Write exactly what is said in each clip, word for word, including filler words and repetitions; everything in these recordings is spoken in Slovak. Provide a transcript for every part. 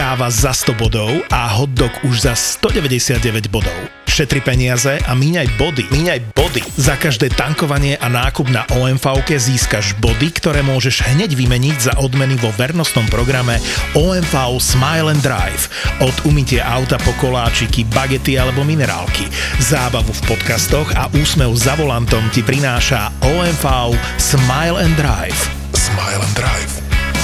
káva za sto bodov a hotdog už za stodeväťdesiatdeväť bodov. Šetri peniaze a míňaj body. Míňaj body. Za každé tankovanie a nákup na ó em vé-ke získaš body, ktoré môžeš hneď vymeniť za odmeny vo vernostnom programe ó em vé Smile and Drive. Od umytia auta po koláčiky, bagety alebo minerálky. Zábavu v podcastoch a úsmev za volantom ti prináša ó em vé Smile and Drive. Smile and Drive.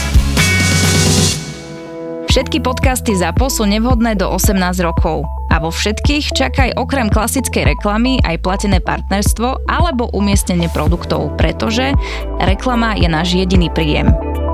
Všetky podcasty ZAPO sú nevhodné do osemnásť rokov. A vo všetkých čakaj okrem klasickej reklamy aj platené partnerstvo alebo umiestnenie produktov, pretože reklama je náš jediný príjem.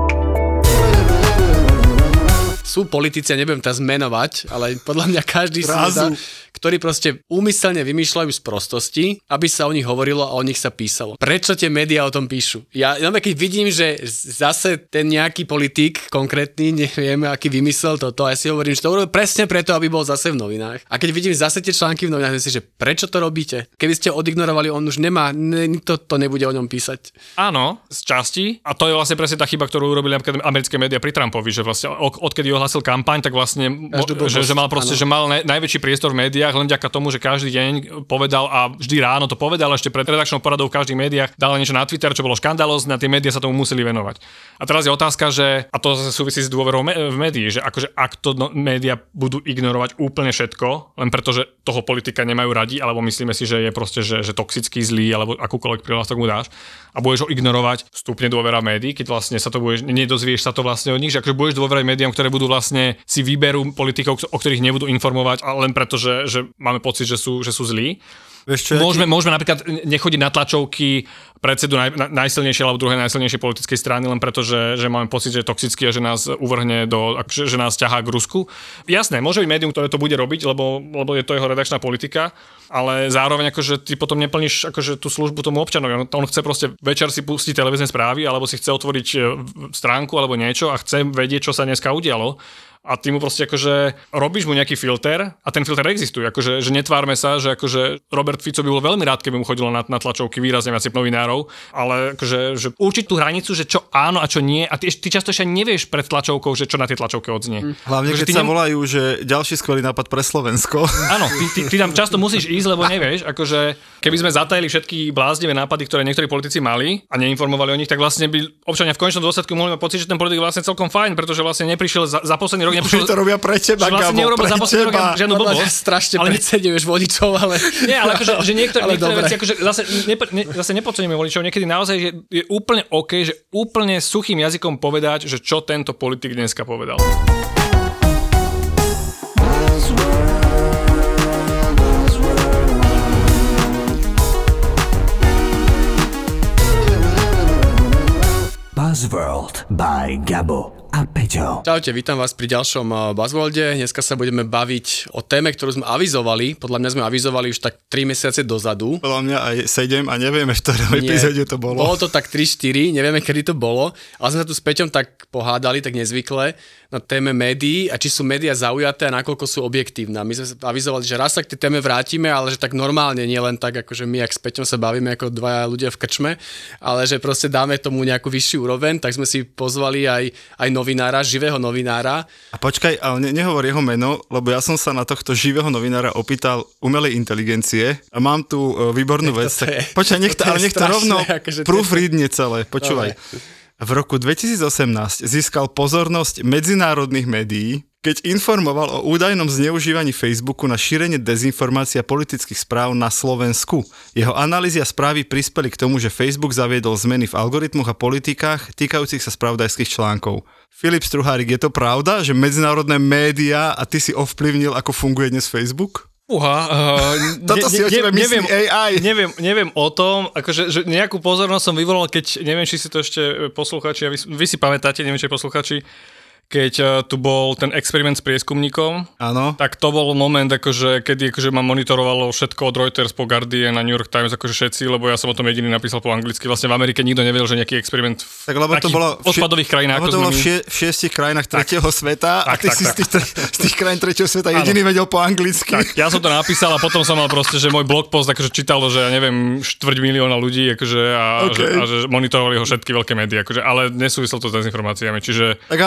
Sú politici, ja nebudem teraz menovať, ale podľa mňa každý si nedá, ktorí proste úmyselne vymýšľajú sprostosti, aby sa o nich hovorilo a o nich sa písalo. Prečo tie médiá o tom píšu? Ja keď vidím, že zase ten nejaký politik konkrétny, neviem, aký vymyslel toto, a ja si hovorím, že to urobil presne preto, aby bol zase v novinách. A keď vidím zase tie články v novinách, myslím si, že prečo to robíte? Keby ste odignorovali, on už nemá, nikto to nebude o ňom písať. Áno, z časti. A to je vlastne presne tá chyba, ktorú urobili napríklad americké médiá pri Trumpovi, že vlastne odkedy ohlásil kampaň, tak vlastne mo, že, že mal proste, áno. že mal naj, najväčší priestor v médiách len vďaka tomu, že každý deň povedal a vždy ráno to povedal, ešte pred redakčnou poradou v každých médiách dal niečo na Twitter, čo bolo škandalózne a tie médiá sa tomu museli venovať. A teraz je otázka, že a to zase súvisí s dôverou v médií, že akože ak to no, médiá budú ignorovať úplne všetko, len preto, že toho politika nemajú radi, alebo myslíme si, že je proste že, že toxický, zlý, alebo akúkoľvek prihlastok mu dáš a budeš ho ignorovať, stupne dôvera médií, keď vlastne sa to budeš, nedozvieš sa to vlastne od nich, že akože budeš dôverať médiám, ktoré budú vlastne si vyberú politikov, o ktorých nebudú informovať, ale len preto, že, že máme pocit, že sú, že sú zlí. Vieš, môžeme, môžeme napríklad nechodiť na tlačovky predsedu naj, najsilnejšej alebo druhej najsilnejšej politickej strany len preto, že, že máme pocit, že je toxický a že nás uvrhne do, že, že nás ťahá k Rusku. Jasné, môže byť médium, ktoré to bude robiť, lebo, lebo je to jeho redakčná politika, ale zároveň akože ty potom neplníš akože tú službu tomu občanovi. On, on chce proste večer si pustiť televízne správy alebo si chce otvoriť stránku alebo niečo a chce vedieť, čo sa dneska udialo. A ty mu proste akože robíš mu nejaký filter a ten filter existuje, akože že netvárme sa, že akože Robert Fico by bol veľmi rád, keby mu chodilo na, na tlačovky výrazne viac novinárov, ale akože že určiť tú hranicu, že čo áno a čo nie a ty, ty často ešte nevieš pred tlačovkou, že čo na tej tlačovke odznie. Hlavne akože keď sa nem... volajú, že ďalší skvelý nápad pre Slovensko. Áno, ty, ty, ty tam často musíš ísť, lebo nevieš, akože keby sme zatajili všetky bláznivé nápady, ktoré niektorí politici mali a neinformovali o nich, tak vlastne by občania v konečnom dôsledku mohli mať pocit, že ten politik vlastne celkom fajn, pretože vlastne neprišiel za, za posledný rok neprišiel. Teba, že vlastne neurobil za posledný rok žiadnu blbosť. Strašne ale preceniuješ vodičov, ale... Nie, ale akože, že niektoré, ale niektoré veci, akože zase, nepo, ne, zase nepodceníme vodičov, niekedy naozaj že je úplne OK, že úplne suchým jazykom povedať, že čo tento politik dneska povedal. Buzzworld by Gabo a Peťo. Čaute, vítam vás pri ďalšom Buzzworlde. Dneska sa budeme baviť o téme, ktorú sme avizovali. Podľa mňa sme avizovali už tak tri mesiace dozadu. Podľa mňa aj sedem a nevieme, v ktorom epizóde to bolo. Bolo to tak tri štyri, nevieme, kedy to bolo. Ale sme sa tu s Peťom tak pohádali, tak nezvykle, na téme médií a či sú médiá zaujaté a nakoľko sú objektívne. My sme avizovali, že raz sa k tej téme vrátime, ale že tak normálne, nie len tak, akože my, jak s Peťom sa bavíme ako dvaja ľudia v krčme, ale že proste dáme tomu nejakú vyššiu úroveň, tak sme si pozvali aj, aj novinára, živého novinára. A počkaj, ale ne, nehovor jeho meno, lebo ja som sa na tohto živého novinára opýtal umelej inteligencie a mám tu uh, výbornú nech vec. Počkaj, nech to, ale nech to rovno akože proofreadne celé, počúvaj. Dobre. V roku dvetisícosemnásť získal pozornosť medzinárodných médií, keď informoval o údajnom zneužívaní Facebooku na šírenie dezinformácií a politických správ na Slovensku. Jeho analýzy a správy prispeli k tomu, že Facebook zaviedol zmeny v algoritmoch a politikách týkajúcich sa spravodajských článkov. Filip Struhárik, je to pravda, že medzinárodné médiá a ty si ovplyvnil, ako funguje dnes Facebook? Uha, uh, Toto ne, si o tebe myslí neviem, á í. Neviem, neviem o tom, akože že nejakú pozornosť som vyvolal, keď, neviem, či si to ešte poslucháči, vy, vy si pamätáte, neviem, či poslucháči, keď uh, tu bol ten experiment s prieskumníkom, áno. Tak to bol moment, akože, kedy akože ma monitorovalo všetko od Reuters po Guardian na New York Times, akože všetci, lebo ja som o tom jediný napísal po anglicky. Vlastne v Amerike nikto nevedel, že nejaký experiment v tak, lebo to bolo v odpadových krajinách. Lebo to bolo v, šie, v šiestich krajinách tretieho sveta tak, a ty tak, si tak. Z, tých, z tých krajín tretieho sveta jediný vedel po anglicky. Tak, ja som to napísal a potom som mal proste, že môj blog post akože čítalo, že ja neviem, štvrť milióna ľudí akože, a, okay. že, a že monitorovali ho všetky veľké médiá, akože, ale nesúvislo to s dezinformáciami, čiže... Tak ale vítaj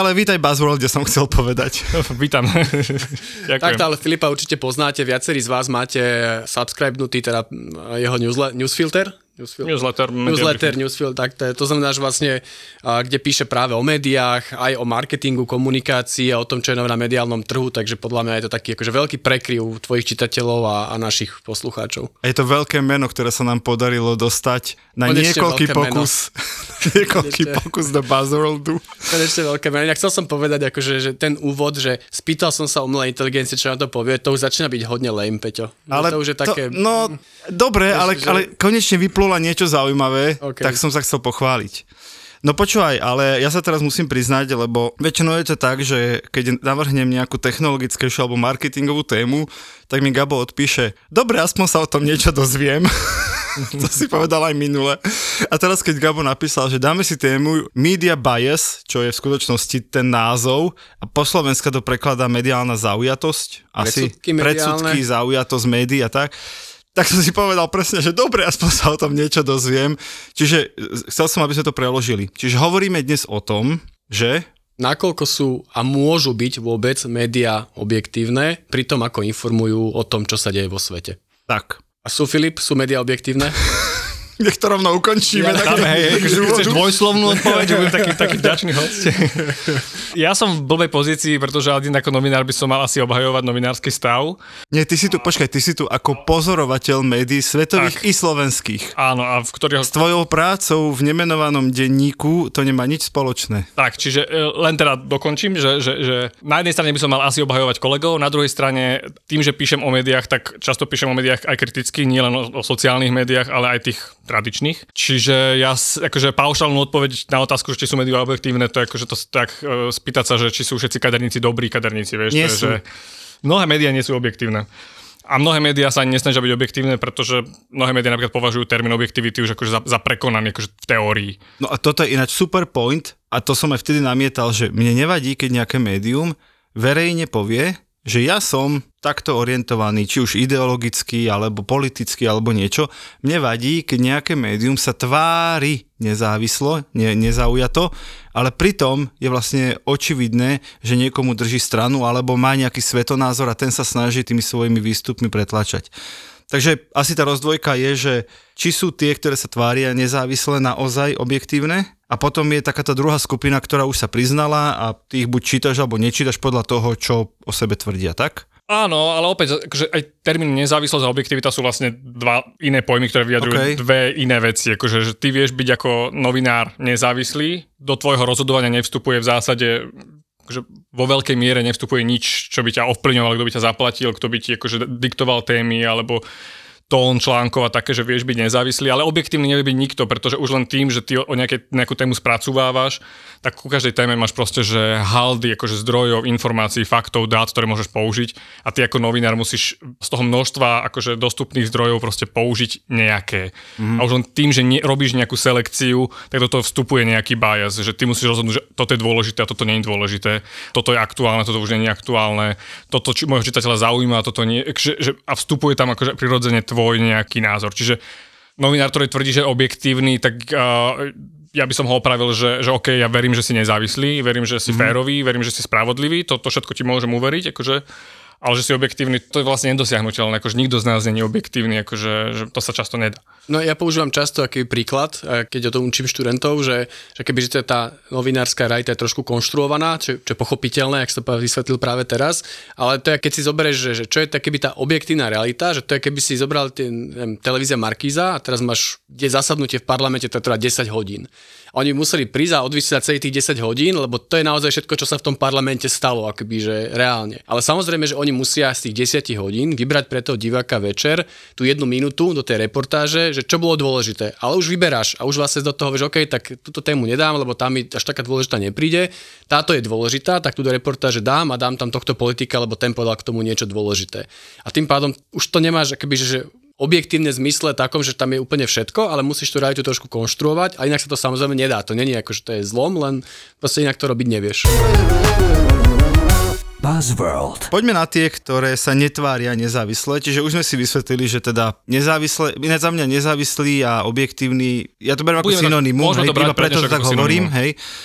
buzzword, kde som chcel povedať. Vítam. Ďakujem. Takto, ale Filipa určite poznáte, viacerí z vás máte subscribenutý teda jeho newsle- newsfilter. Newsfilter, newsletter, newsletter newsfilter, tak to, to znamená, že vlastne, a, kde píše práve o médiách, aj o marketingu, komunikácii a o tom, čo je nové na mediálnom trhu, takže podľa mňa je to taký akože veľký prekryv tvojich čitateľov a, a našich poslucháčov. A je to veľké meno, ktoré sa nám podarilo dostať na Konečne niekoľký pokus, niekoľký pokus do buzzworldu. Konečne veľké meno. Inak chcel som povedať, akože, že ten úvod, že spýtal som sa umelej inteligencie, čo na to povie, to už začína byť hodne lame, Peťo. Ale to už je také... To, no, dobre, ale, že... ale konečne vyplo niečo zaujímavé, okay. Tak som sa chcel pochváliť. No počúvaj, ale ja sa teraz musím priznať, lebo väčšinou je to tak, že keď navrhnem nejakú technologickejšiu alebo marketingovú tému, tak mi Gabo odpíše, dobre, aspoň sa o tom niečo dozviem. To si povedal aj minule. A teraz, keď Gabo napísal, že dáme si tému Media Bias, čo je v skutočnosti ten názov, a po slovensku to prekladá mediálna zaujatosť, asi predsudky, predsudky, zaujatosť médií a tak, tak som si povedal presne, že dobre, aspoň sa o tom niečo dozviem. Čiže chcel som, aby sme to preložili. Čiže hovoríme dnes o tom, že... Nakoľko sú a môžu byť vôbec médiá objektívne pri tom, ako informujú o tom, čo sa deje vo svete. Tak. A sú, Filip, sú médiá objektívne? Nech to rovno ukončíme. Ja, dáme, hej, hej, chceš dvojslovnú odpoveď, budem taký, taký vďačný host. Ja som v blbej pozícii, pretože Aldin ako novinár by som mal asi obhajovať novinársky stav. Nie, ty si tu, počkaj, ty si tu ako pozorovateľ médií svetových tak. I slovenských. Áno, a v ktorého... S tvojou prácou v nemenovanom denníku to nemá nič spoločné. Tak, čiže len teda dokončím, že, že, že na jednej strane by som mal asi obhajovať kolegov, na druhej strane tým, že píšem o médiách, tak často píšem o médiách aj kriticky, nie len o, o sociálnych médiách, ale aj tých tradičných. Čiže ja akože paušálnu odpoveď na otázku, že či sú médiá objektívne, to je akože to tak uh, spýtať sa, že či sú všetci kaderníci dobrí kaderníci, vieš. Nie to je, sú. Že mnohé médiá nie sú objektívne. A mnohé médiá sa ani nesnažia byť objektívne, pretože mnohé médiá napríklad považujú termín objektivity už akože za, za prekonaný, akože v teórii. No a toto je ináč super point a to som aj vtedy namietal, že mne nevadí, keď nejaké médium verejne povie, že ja som takto orientovaný, či už ideologicky, alebo politicky, alebo niečo. Mne vadí, keď nejaké médium sa tvári nezávislo, ne, nezaujato, ale pritom je vlastne očividné, že niekomu drží stranu, alebo má nejaký svetonázor a ten sa snaží tými svojimi výstupmi pretlačať. Takže asi tá rozdvojka je, že či sú tie, ktoré sa tvária nezávisle, naozaj objektívne, a potom je taká tá druhá skupina, ktorá už sa priznala a ty ich buď čítaš alebo nečítaš podľa toho, čo o sebe tvrdia, tak? Áno, ale opäť, akože aj termín nezávislosť a objektivita sú vlastne dva iné pojmy, ktoré vyjadrujú okay. dve iné veci. Akože, že ty vieš byť ako novinár nezávislý, do tvojho rozhodovania nevstupuje v zásade, akože vo veľkej miere nevstupuje nič, čo by ťa ovplyvňovalo, kto by ťa zaplatil, kto by ti akože diktoval témy, alebo tón článkov a také, že vieš byť nezávislý, ale objektívne nevie byť nikto, pretože už len tým, že ty o nejaké, nejakú tému spracovávaš, tak ku každej téme máš proste, že haldy akože zdrojov, informácií, faktov, dát, ktoré môžeš použiť a ty ako novinár musíš z toho množstva akože dostupných zdrojov proste použiť nejaké. Mm. A už len tým, že ne, robíš nejakú selekciu, tak do toho vstupuje nejaký bias, že ty musíš rozhodnúť, že toto je dôležité a toto nie je dôležité, toto je aktuálne, toto už nie je aktuálne, toto či môjho čitateľa zaujíma, toto nie, že, že, a vstupuje tam akože prirodzene tvoj nejaký názor. Čiže novinár, ktorý tvrdí, že je objektívny, tak uh, ja by som ho opravil, že, že OK, ja verím, že si nezávislý, verím, že si mm. férový, verím, že si spravodlivý, toto to všetko ti môžem uveriť, akože, ale že si objektívny, to je vlastne nedosiahnuteľné, akože nikto z nás nie je objektívny, akože že to sa často nedá. No ja používam často aký príklad, keď o tom učím študentov, že, že kebyže tá novinárska realita je trošku konštruovaná, čo, čo je pochopiteľné, ak som to vysvetlil práve teraz, ale to je, keď si zoberieš, že, že čo je to keby tá objektívna realita, že to je, keby si zobral ten, neviem, televízia Markíza a teraz máš kde zasadnutie v parlamente, to trvá desať hodín. A oni museli prísť a odvysielať celých tých desať hodín, lebo to je naozaj všetko, čo sa v tom parlamente stalo, akoby, že reálne. Ale samozrejme, že oni musia z tých desať hodín vybrať pre toho diváka večer tú jednu minútu do tej reportáže, že čo bolo dôležité. Ale už vyberáš a už vlastne do toho vieš, OK, tak túto tému nedám, lebo tam mi až taká dôležitá nepríde. Táto je dôležitá, tak tu do reportáže dám a dám tam tohto politika, lebo ten povedal k tomu niečo dôležité. A tým pádom už to nemáš akoby, že objektívne zmysle takom, že tam je úplne všetko, ale musíš tú realitu trošku konštruovať a inak sa to samozrejme nedá. To není ako, že to je zlom, len proste inak to robiť nevieš. Buzzworld. Poďme na tie, ktoré sa netvária nezávisle, čiže už sme si vysvetlili, že teda nezávisle, ináč za mňa nezávislý a objektívny, ja to beriem ako synonymum, hej, iba preto to tak hovorím, hej.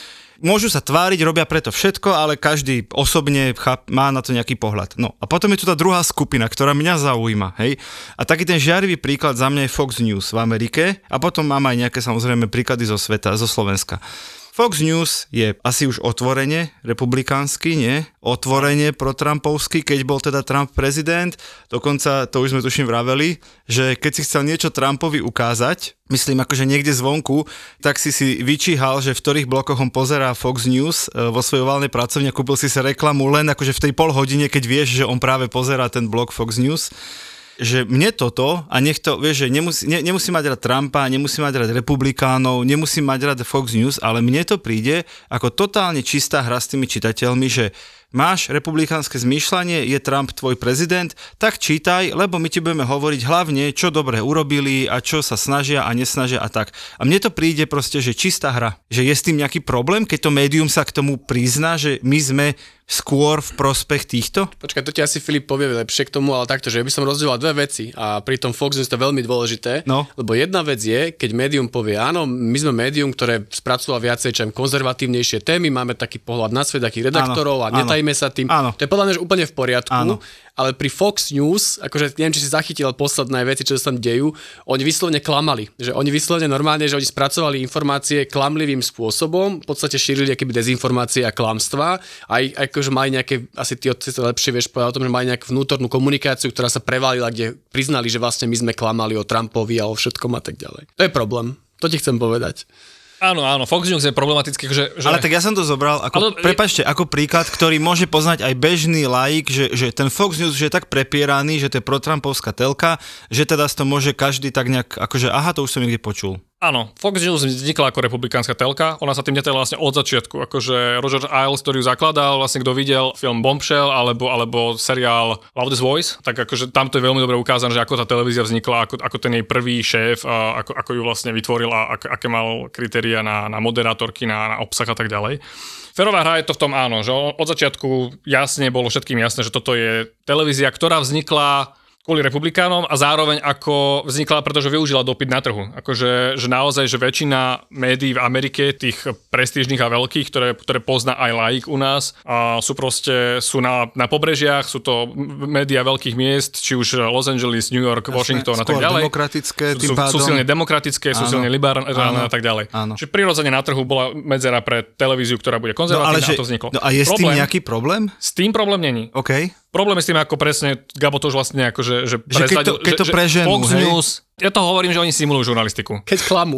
môžu sa tváriť, robia preto všetko, ale každý osobne cháp, má na to nejaký pohľad. No a potom je tu tá druhá skupina, ktorá mňa zaujíma, hej. A taký ten žiarivý príklad za mňa je Fox News v Amerike a potom mám aj nejaké samozrejme príklady zo sveta, zo Slovenska. Fox News je asi už otvorene republikánsky, nie? Otvorene protrampovský, keď bol teda Trump prezident. Dokonca, to už sme tuším vraveli, že keď si chcel niečo Trumpovi ukázať, myslím akože niekde zvonku, tak si si vyčíhal, že v ktorých blokoch on pozerá Fox News vo svojej oválnej pracovni a kúpil si sa reklamu len akože v tej pol hodine, keď vieš, že on práve pozerá ten blok Fox News. Že mne toto, a nech to, vieš, že nemusí, ne, nemusí mať rád Trumpa, nemusí mať rád republikánov, nemusí mať rád Fox News, ale mne to príde ako totálne čistá hra s tými čitateľmi, že máš republikánske zmýšľanie, je Trump tvoj prezident, tak čítaj, lebo my ti budeme hovoriť hlavne, čo dobre urobili a čo sa snažia a nesnažia a tak. A mne to príde proste, že čistá hra. Že je s tým nejaký problém, keď to médium sa k tomu prizná, že my sme skôr v prospech týchto? Počkaj, to ti asi Filip povie lepšie k tomu, ale takto, že ja by som rozdielal dve veci a pri tom Fox News to je veľmi dôležité, no. Lebo jedna vec je, keď médium povie, áno, my sme médium, ktoré spracúva viacej čím konzervatívnejšie témy, máme taký pohľad na svet, takých redaktorov áno, a netajme sa tým. Áno. To je podľa mňa že úplne v poriadku. Áno. Ale pri Fox News, akože neviem, či si zachytil posledné veci, čo sa tam dejú, oni vyslovene klamali. Že oni vyslovene normálne, že oni spracovali informácie klamlivým spôsobom, v podstate šírili akéby dezinformácie a klamstvá. Aj akože mali nejaké, asi ty to lepšie vieš povedať o tom, že mali nejakú vnútornú komunikáciu, ktorá sa prevalila, kde priznali, že vlastne my sme klamali o Trumpovi a o všetkom a tak ďalej. To je problém. To ti chcem povedať. Áno, áno, Fox News je problematický, že... že... Ale tak ja som to zobral ako, ale... prepáčte, ako príklad, ktorý môže poznať aj bežný laik, že, že ten Fox News že je tak prepieraný, že to je protrampovská telka, že teda to môže každý tak nejak, akože aha, to už som niekde počul. Áno, Fox News vznikla ako republikánska telka, ona sa tým netajila vlastne od začiatku, akože Roger Ailes, ktorý ju zakladal, vlastne kto videl film Bombshell alebo, alebo seriál Loudest Voice, tak akože tam to je veľmi dobre ukázané, že ako tá televízia vznikla, ako, ako ten jej prvý šéf, a ako, ako ju vlastne vytvoril a ak, aké mal kritéria na, na moderátorky, na, na obsah a tak ďalej. Férová hra je to v tom áno, že od začiatku jasne bolo všetkým jasné, že toto je televízia, ktorá vznikla kvôli republikánom a zároveň ako vznikla, pretože využila dopyt na trhu. Akože že naozaj, že väčšina médií v Amerike, tých prestížnych a veľkých, ktoré, ktoré pozná aj laik u nás, a sú proste, sú na, na pobrežiach, sú to médiá veľkých miest, či už Los Angeles, New York, Jasne, Washington a tak ďalej. Demokratické, tým sú, pádom. Sú silne demokratické, sú silne liberálne a tak ďalej. Áno. Čiže prirodzene na trhu bola medzera pre televíziu, ktorá bude konzervatívna, no, a to vzniklo. No a je problém, s tým nejaký problém? S tým problém není. OK. Problém je s tým, ako presne, Gabo to už vlastne akože, že, že keď to, keď to preženú, Fox hej? News, ja to hovorím, že oni simulujú žurnalistiku. Keď klamú.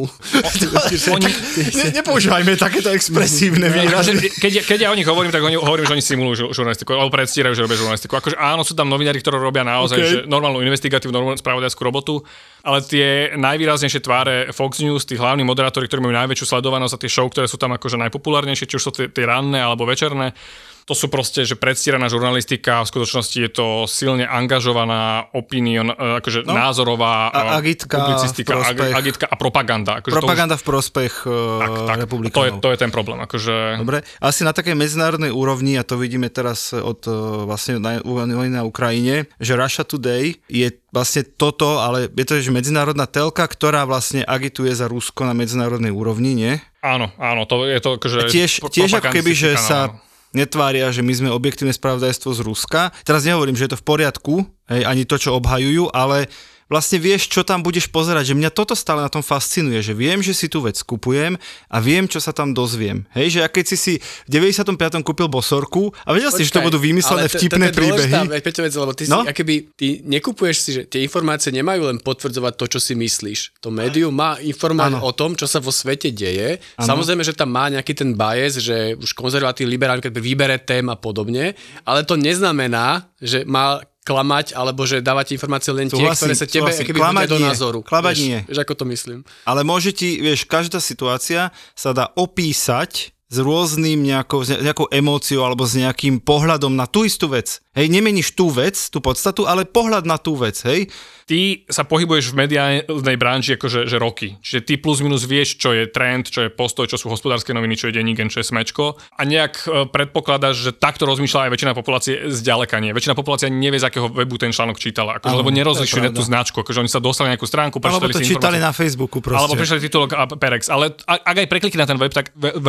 oni, ne, nepoužívajme takéto expresívne výrazy. Keď, keď ja o nich hovorím, tak oni, hovorím, že oni simulujú žurnalistiku, alebo predstierajú, že robia žurnalistiku. Akože áno, sú tam novinári, ktorí robia naozaj okay. že normálnu investigatívnu, normálnu spravodajskú robotu, ale tie najvýraznejšie tváre Fox News, tí hlavní moderátori, ktorí majú najväčšiu sledovanosť a tie show, ktoré sú tam akože najpopulárnejšie, či už sú tie, tie ranné alebo večerné, to sú proste, že predstieraná žurnalistika, v skutočnosti je to silne angažovaná opinion, akože no, názorová a agitka publicistika, prospech, agitka a propaganda. Akože propaganda už, v prospech tak, tak, republikánov. To je, to je ten problém. Akože... Dobre, asi na takej medzinárodnej úrovni, a to vidíme teraz od vlastne vojny na Ukrajine, že Russia Today je vlastne toto, ale je to že medzinárodná telka, ktorá vlastne agituje za Rusko na medzinárodnej úrovni, nie? Áno, áno, to je to, že... Tiež, tiež ako keby, že sa netvária, že my sme objektívne spravodajstvo z Ruska. Teraz nehovorím, že je to v poriadku, hej, ani to, čo obhajujú, ale vlastne vieš, čo tam budeš pozerať, že mňa toto stále na tom fascinuje, že viem, že si tú vec kupujem a viem, čo sa tam dozviem. Hej, že a keď si si v deväťdesiatom piatom kúpil bosorku a vedel Počkaj, si, že to budú vymyslené to, vtipné to, to príbehy. Ale Peťo, vec, lebo ty, no? si, akoby, ty nekupuješ si, že tie informácie nemajú len potvrdzovať to, čo si myslíš. To médium má informovať o tom, čo sa vo svete deje. Ano. Samozrejme, že tam má nejaký ten bias, že už konzervatívny liberálny, keď výbere tém a podobne, ale to neznamená, že má klamať, alebo že dávate informácie len tie, súhlasím, ktoré sa tebe keby budia do názoru. Klamať vieš, nie. Vieš, ako to myslím. Ale môže ti, vieš, každá situácia sa dá opísať s rôznym nejakou, s nejakou emóciou alebo s nejakým pohľadom na tú istú vec. Hej, nemeníš tú vec, tú podstatu, ale pohľad na tú vec, hej. Ty sa pohybuješ v mediálnej branži akože že roky. Čiže ty plus minus vieš, čo je trend, čo je postoj, čo sú hospodárske noviny, čo je denník, čo je smečko. A nejak predpokladáš, že takto rozmýšľa aj väčšina populácie zďaleka nie. Väčšina populácie nevie, z akého webu ten článok čítala, akože, lebo nerozlišuje tú značku, akože oni sa dostali na nejakú stránku, alebo to čítali na Facebooku proste. Alebo prečítali titulok a Perex. Ale ak aj preklikli na ten web, tak veľká časť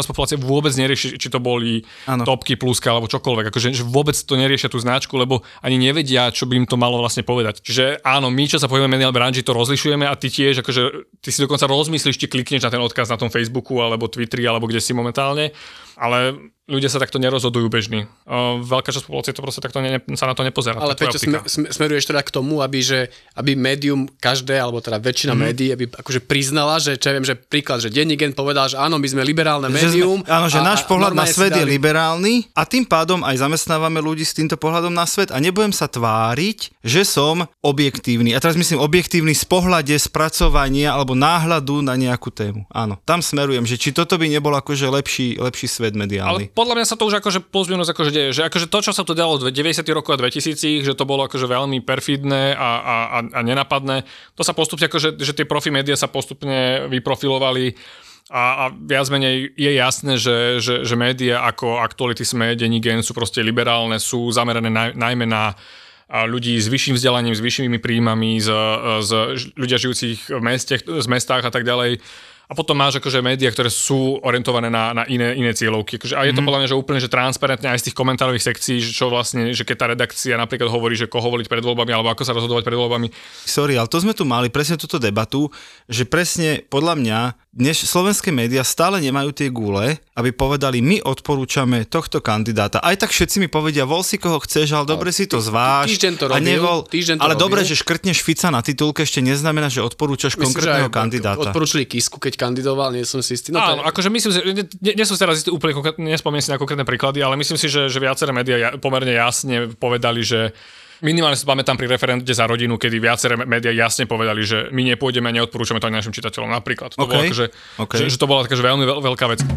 časť populácie vôbec nerieši, či to boli ano. Topky, pluska alebo čokoľvek. Akože že vôbec to neriešia tú značku, lebo ani nevedia, čo by im to malo vlastne povedať. Čiže áno, my, čo sa povieme mediálnej branži, to rozlišujeme a ty tiež, akože ty si dokonca rozmyslíš, či klikneš na ten odkaz na tom Facebooku alebo Twitteri alebo kde si momentálne, ale ľudia sa takto nerozhodujú bežní. Uh, veľká časť populácie to proste takto ne, sa na to nepozerá. Ale Peťo, sme, smeruješ teda k tomu, aby, že, aby médium každé, alebo teda väčšina mm. médií, aby akože priznala, že čo ja viem, že príklad, že Denník N povedal, že áno, my sme liberálne médium. Áno, že náš pohľad na svet dali... je liberálny a tým pádom aj zamestnávame ľudí s týmto pohľadom na svet a nebudem sa tváriť, že som objektívny. A teraz myslím objektívny z pohľade spracovania alebo náhľadu na nejakú tému. Áno, tam smerujem, že či toto by nebol akože lepší, lepší svet mediálny. Ale podľa mňa sa to už akože plus minus akože deje, že akože to, čo sa tu dialo v deväťdesiatych rokoch a dvetisícich, že to bolo akože veľmi perfidné a, a, a nenapadné, to sa postupne akože, že tie profi médiá sa postupne vyprofilovali a, a viac menej je jasné, že, že, že médiá ako Aktuality, Sme, Denník N sú proste liberálne, sú zamerané naj, najmä na ľudí s vyšším vzdelaním, s vyššími príjmami, z, z ľudia žijúcich v mestech, z mestách a tak ďalej. A potom máš akože médiá, ktoré sú orientované na, na iné, iné cieľovky. Akože, a je to mm-hmm. podľa mňa, že úplne že transparentne aj z tých komentárových sekcií, že čo vlastne, že keď tá redakcia napríklad hovorí, že koho voliť pred voľbami, alebo ako sa rozhodovať pred voľbami. Sorry, ale to sme tu mali presne túto debatu, že presne podľa mňa dnes slovenské médiá stále nemajú tie gule, aby povedali, my odporúčame tohto kandidáta. Aj tak všetci mi povedia, vol si koho chceš, ale dobre si to zváž. Týždeň to robil, a nevol, týždeň to ale robil. Dobre, že škrtneš Fica na titulke, ešte neznamená, že odporúčaš myslím, konkrétneho že kandidáta. Odporúčili Kisku, keď kandidoval, nie som si istý. No áno, je... akože myslím si, nie, nie som si teraz istý úplne konkrétne, nespomínam si na konkrétne príklady, ale myslím si, že, že viaceré médiá pomerne jasne povedali, že minimálne si pamätám pri referende za rodinu, kedy viaceré médiá jasne povedali, že my nepôjdeme a neodporúčame to ani našim čitateľom napríklad. To okay. bolo akože, okay. že, že to bola taká veľmi veľ, veľká vec.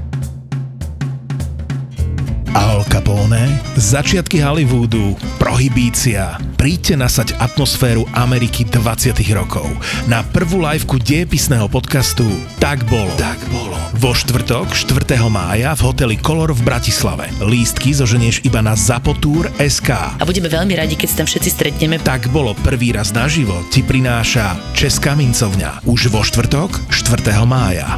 Al Capone, začiatky Hollywoodu, prohibícia. Príďte nasať atmosféru Ameriky dvadsiatych rokov na prvú liveku dejepisného podcastu Tak bolo. Tak bolo. Vo štvrtok, štvrtého mája v hoteli Color v Bratislave. Lístky zoženieš iba na zapotur bodka es ká. A budeme veľmi radi, keď sa tam všetci stretneme. Tak bolo prvý raz naživo ti prináša Česká mincovňa. Už vo štvrtok, štvrtého mája.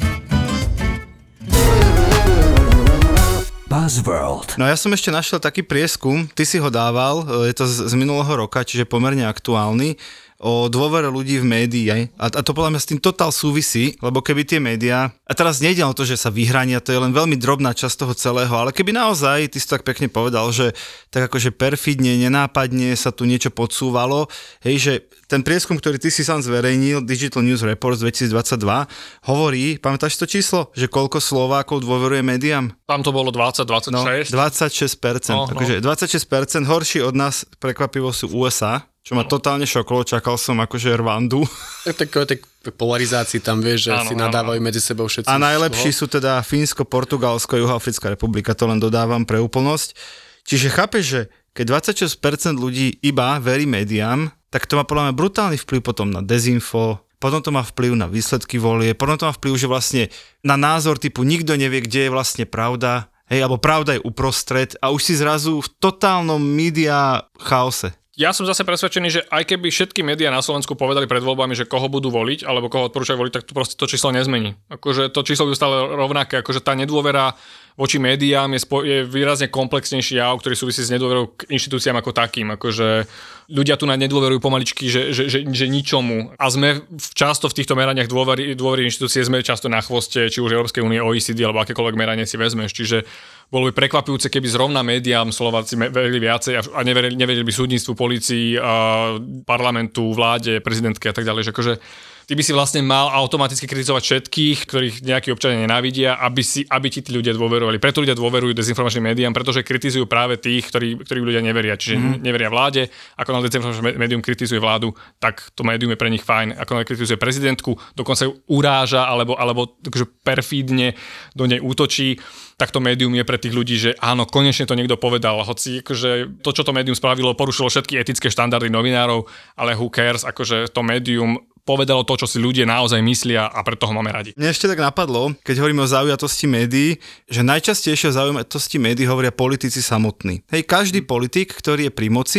Buzzworld. No ja som ešte našiel taký prieskum, ty si ho dával, je to z, z minulého roka, čiže pomerne aktuálny, o dôvere ľudí v médií. A, a to podľa mňa s tým totál súvisí, lebo keby tie médiá, a teraz nejde o to, že sa vyhrania, to je len veľmi drobná časť toho celého, ale keby naozaj, ty si to tak pekne povedal, že tak akože perfidne, nenápadne sa tu niečo podsúvalo, hej, že ten prieskum, ktorý ty si sám zverejnil, Digital News Report dvetisícdvadsaťdva, hovorí, pamätáš to číslo, že koľko Slovákov dôveruje médiám? Tam to bolo dvadsať dvadsaťšesť. No, dvadsaťšesť percent. Oh, akože dvadsaťšesť percent horší od nás prekvapivo sú ú es á, čo ma totálne šokolo, čakal som akože Rwandu. Takové tak polarizácii tam vieš, že áno, si nadávajú áno. medzi sebou všetci. A najlepší sú teda Fínsko, Portugalsko, Juhoafrická republika, to len dodávam pre úplnosť. Čiže chápeš, že keď dvadsaťšesť percent ľudí iba verí médiám, tak to má podľa mňa brutálny vplyv potom na dezinfo, potom to má vplyv na výsledky volie, potom to má vplyv, že vlastne na názor typu nikto nevie, kde je vlastne pravda, hej, alebo pravda je uprostred a už si zrazu v totálnom media chaose. Ja som zase presvedčený, že aj keby všetky médiá na Slovensku povedali pred voľbami, že koho budú voliť, alebo koho odporúčajú voliť, tak to proste to číslo nezmení. Akože to číslo bude stále rovnaké, akože tá nedôvera voči médiám je, spo- je výrazne komplexnejší jav, ktorý súvisí s nedôverou k inštitúciám ako takým. Akože ľudia tu na nedôverujú pomaličky, že, že, že, že ničomu. A sme často v týchto meraniach dôvery, dôvery inštitúcie sme často na chvoste, či už Európskej únie, ó é cé dé, alebo akékoľvek meranie si vezmeš. Čiže bolo by prekvapujúce, keby zrovna médiám Slováci verili viacej a neverili, neverili by súdnictvu, polícii, parlamentu, vláde, prezidentke a tak ďalej. Že akože ty by si vlastne mal automaticky kritizovať všetkých, ktorých nejakí občania nenávidia, aby, si, aby ti tí ľudia dôverovali. Preto ľudia dôverujú dezinformačným médiám, pretože kritizujú práve tých, ktorí, ktorí ľudia neveria. Čiže mm. neveria vláde, ako na dezinformačné médium kritizuje vládu, tak to médium je pre nich fajn. Ako na kritizuje prezidentku, dokonca ju uráža alebo, alebo takže perfídne do nej útočí, tak to médium je pre tých ľudí, že áno, konečne to niekto povedal, hoci akože to, čo to médium spravilo, porušilo všetky etické štandardy novinárov, ale who cares, akože to médium povedalo to, čo si ľudia naozaj myslia a preto ho máme radi. Mne ešte tak napadlo, keď hovoríme o zaujatosti médií, že najčastejšie o zaujatosti médií hovoria politici samotní. Hej, každý politik, ktorý je pri moci,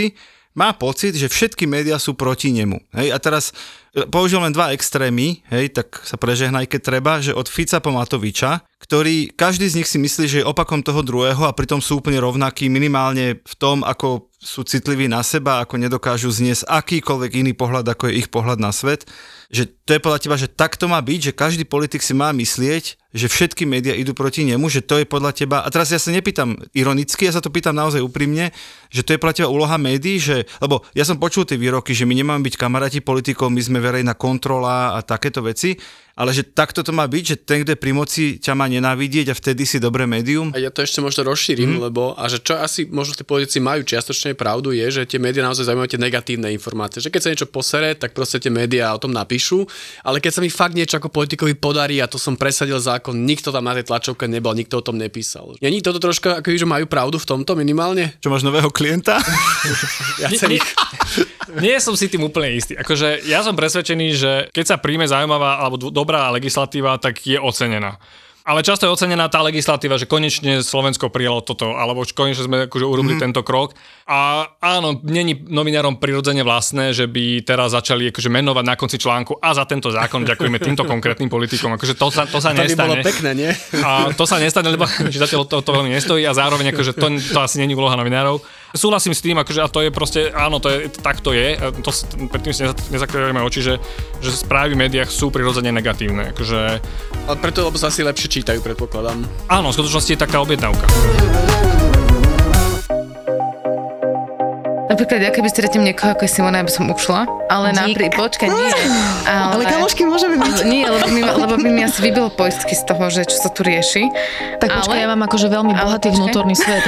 má pocit, že všetky médiá sú proti nemu. Hej, a teraz použil len dva extrémy, hej, tak sa prežehnaj, keď treba, že od Fica po Matoviča, ktorý, každý z nich si myslí, že je opakom toho druhého a pritom sú úplne rovnakí minimálne v tom, ako sú citliví na seba, ako nedokážu zniesť akýkoľvek iný pohľad, ako je ich pohľad na svet. Že to je podľa teba, že tak to má byť, že každý politik si má myslieť, že všetky médiá idú proti nemu, že to je podľa teba, a teraz ja sa nepýtam ironicky, ja sa to pýtam naozaj úprimne, že to je podľa teba úloha médií, že, lebo ja som počul tie výroky, že my nemáme byť kamaráti politikov, my sme verejná kontrola a takéto veci, ale že takto to má byť, že ten, kto je pri moci, ťa má nenávidieť a vtedy si dobré médium? A ja to ešte možno rozšírim, mm. lebo a že čo asi možno tí politici majú čiastočne pravdu je, že tie médiá naozaj zaujímajú tie negatívne informácie, že keď sa niečo posere, tak proste tie médiá o tom napíšu, ale keď sa mi fakt niečo ako politikovi podarí a to som presadil zákon, nikto tam na tej tlačovke nebol, nikto o tom nepísal. Není toto troška, ako že majú pravdu v tomto minimálne? Čo máš nového klienta? Viacerých. Nie som si tým úplne istý. Akože ja som presvedčený, že keď sa príjme zaujímavá alebo dobrá legislatíva, tak je ocenená. Ale často je ocenená tá legislatíva, že konečne Slovensko prijalo toto, alebo konečne sme akože urobili mm. tento krok. A áno, není novinárom prirodzene vlastné, že by teraz začali akože menovať na konci článku a za tento zákon ďakujeme týmto konkrétnym politikom. Akože to sa, to sa to nestane. To by bolo pekné, nie? A to sa nestane, lebo čitateľ to, to veľmi nestojí a zároveň akože to, to asi není úloha novinárov. Súhlasím s tým, akože, a to je proste, áno, to je, tak to je, to, predtým si nezakrývame oči, že, že správy v médiách sú prirodzene negatívne. Akože... Ale preto, lebo sa asi lepšie čítajú, predpokladám. Áno, v skutočnosti je taká objednávka. Napríklad, ja keby stretnem niekoho ako je Simona, aby som ušla, ale napríklad, počkaj, nie. Ale, ale kamošky môžeme byť. Nie, lebo by, lebo by mi asi vybilo poistky z toho, že čo sa tu rieši. Tak počkaj, ale, ja mám akože veľmi bohatý vnútorný svet.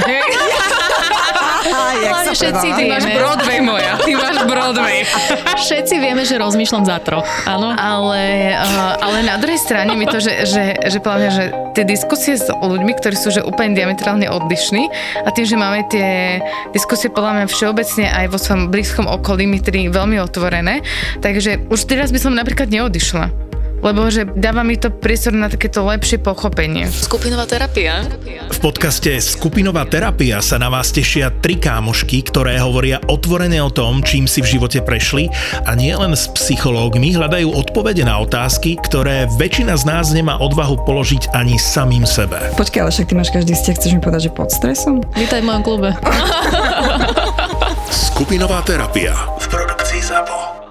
Hlavne všetci vieme. Ty máš Broadway moja, ty máš Broadway. Všetci vieme, že rozmýšľam za troch, áno. Ale, uh, ale na druhej strane mi to, že, že, že pláne, že tie diskusie s ľuďmi, ktorí sú že úplne diametrálne odlišní a tým, že máme tie diskusie podľa mňa všeobecne aj vo svojom blízkom okolí mi tedy veľmi otvorené, takže už teraz by som napríklad neodišla. Lebo že dáva mi to priestor na takéto lepšie pochopenie. Skupinová terapia. V podcaste Skupinová terapia sa na vás tešia tri kámošky, ktoré hovoria otvorene o tom, čím si v živote prešli a nie len s psychológmi hľadajú odpovede na otázky, ktoré väčšina z nás nemá odvahu položiť ani samým sebe. Počkaj, ale však ty máš každý vzťah, chceš mi povedať, že pod stresom? Vítaj v mojom klube. Skupinová terapia v produkcii ZAPO.